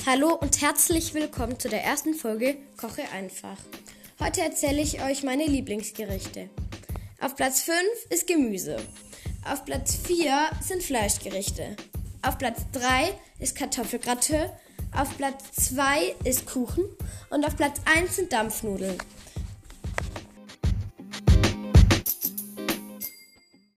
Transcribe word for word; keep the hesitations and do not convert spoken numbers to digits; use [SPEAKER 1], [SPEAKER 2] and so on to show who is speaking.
[SPEAKER 1] Hallo und herzlich willkommen zu der ersten Folge Koche einfach. Heute erzähle ich euch meine Lieblingsgerichte. Auf Platz fünf ist Gemüse. Auf Platz vier sind Fleischgerichte. Auf Platz drei ist Kartoffelgratin. Auf Platz zwei ist Kuchen. Und auf Platz eins sind Dampfnudeln.